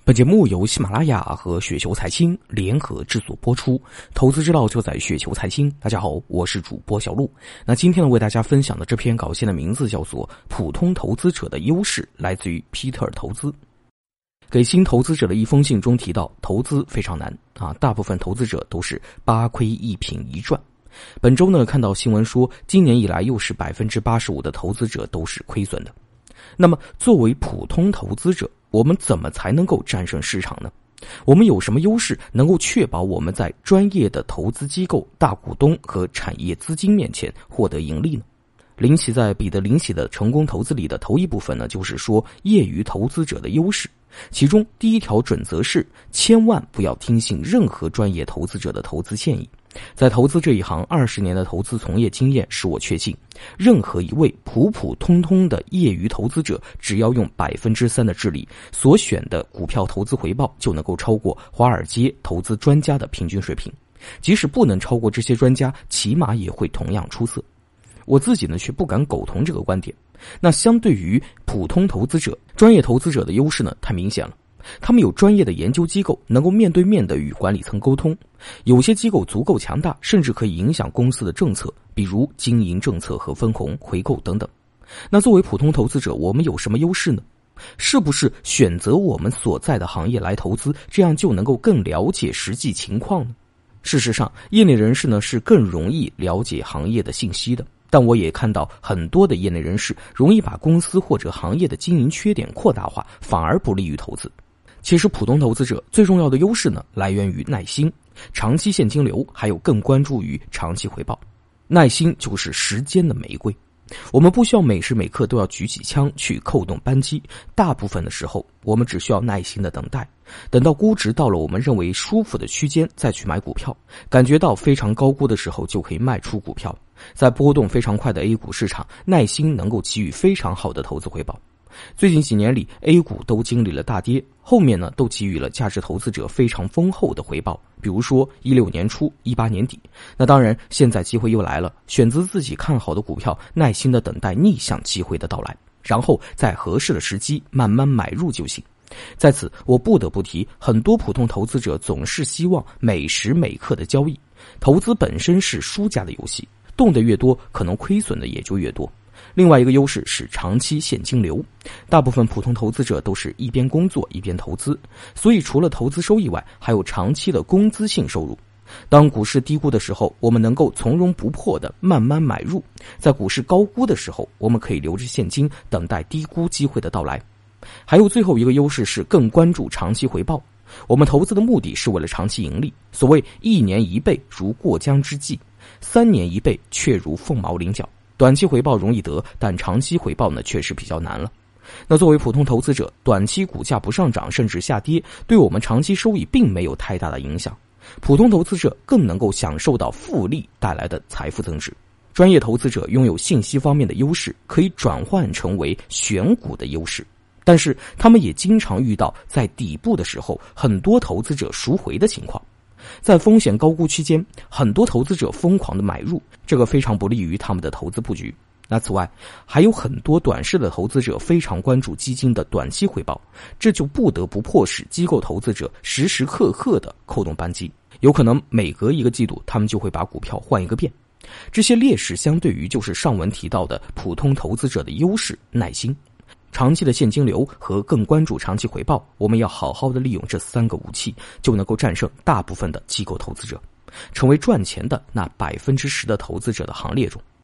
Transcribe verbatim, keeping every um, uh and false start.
本节目由喜马拉雅和雪球财经联合制作播出，投资之道就在雪球财经。大家好，我是主播小璐。那今天呢，为大家分享的这篇稿件的名字叫做《普通投资者的优势》，来自于皮特尔投资。给新投资者的一封信中提到，投资非常难啊，大部分投资者都是八亏一平一赚。本周呢，看到新闻说，今年以来又是百分之八十五的投资者都是亏损的。那么，作为普通投资者，我们怎么才能够战胜市场呢？我们有什么优势能够确保我们在专业的投资机构、大股东和产业资金面前获得盈利呢？林奇在彼得林奇的成功投资里的头一部分呢，就是说业余投资者的优势。其中第一条准则是，千万不要听信任何专业投资者的投资建议。在投资这一行二十年的投资从业经验使我确信，任何一位普普通通的业余投资者，只要用百分之三的智力，所选的股票投资回报就能够超过华尔街投资专家的平均水平。即使不能超过这些专家，起码也会同样出色。我自己呢，却不敢苟同这个观点。那相对于普通投资者，专业投资者的优势呢，太明显了。他们有专业的研究机构，能够面对面的与管理层沟通。有些机构足够强大，甚至可以影响公司的政策，比如经营政策和分红、回购等等。那作为普通投资者，我们有什么优势呢？是不是选择我们所在的行业来投资，这样就能够更了解实际情况呢？事实上，业内人士呢是更容易了解行业的信息的。但我也看到很多的业内人士容易把公司或者行业的经营缺点扩大化，反而不利于投资。其实普通投资者最重要的优势呢，来源于耐心、长期现金流，还有更关注于长期回报。耐心就是时间的玫瑰，我们不需要每时每刻都要举起枪去扣动扳机，大部分的时候我们只需要耐心的等待，等到估值到了我们认为舒服的区间再去买股票，感觉到非常高估的时候就可以卖出股票。在波动非常快的 A 股市场，耐心能够给予非常好的投资回报。最近几年里 A 股都经历了大跌，后面呢都给予了价值投资者非常丰厚的回报，比如说一六年初、一八年底。那当然现在机会又来了，选择自己看好的股票，耐心的等待逆向机会的到来，然后在合适的时机慢慢买入就行。在此我不得不提，很多普通投资者总是希望每时每刻的交易。投资本身是输家的游戏，动得越多，可能亏损的也就越多。另外一个优势是长期现金流，大部分普通投资者都是一边工作一边投资，所以除了投资收益外，还有长期的工资性收入。当股市低估的时候，我们能够从容不迫的慢慢买入；在股市高估的时候，我们可以留着现金，等待低估机会的到来。还有最后一个优势是更关注长期回报。我们投资的目的是为了长期盈利，所谓一年一倍如过江之鲫，三年一倍却如凤毛麟角。短期回报容易得，但长期回报呢确实比较难了。那作为普通投资者，短期股价不上涨甚至下跌，对我们长期收益并没有太大的影响。普通投资者更能够享受到复利带来的财富增值。专业投资者拥有信息方面的优势，可以转换成为选股的优势，但是他们也经常遇到在底部的时候很多投资者赎回的情况。在风险高估区间，很多投资者疯狂的买入，这个非常不利于他们的投资布局。那此外，还有很多短视的投资者非常关注基金的短期回报，这就不得不迫使机构投资者时时刻刻的扣动扳机，有可能每隔一个季度他们就会把股票换一个遍。这些劣势相对于就是上文提到的普通投资者的优势，耐心、长期的现金流和更关注长期回报，我们要好好的利用这三个武器，就能够战胜大部分的机构投资者，成为赚钱的那百分之十的投资者的行列中。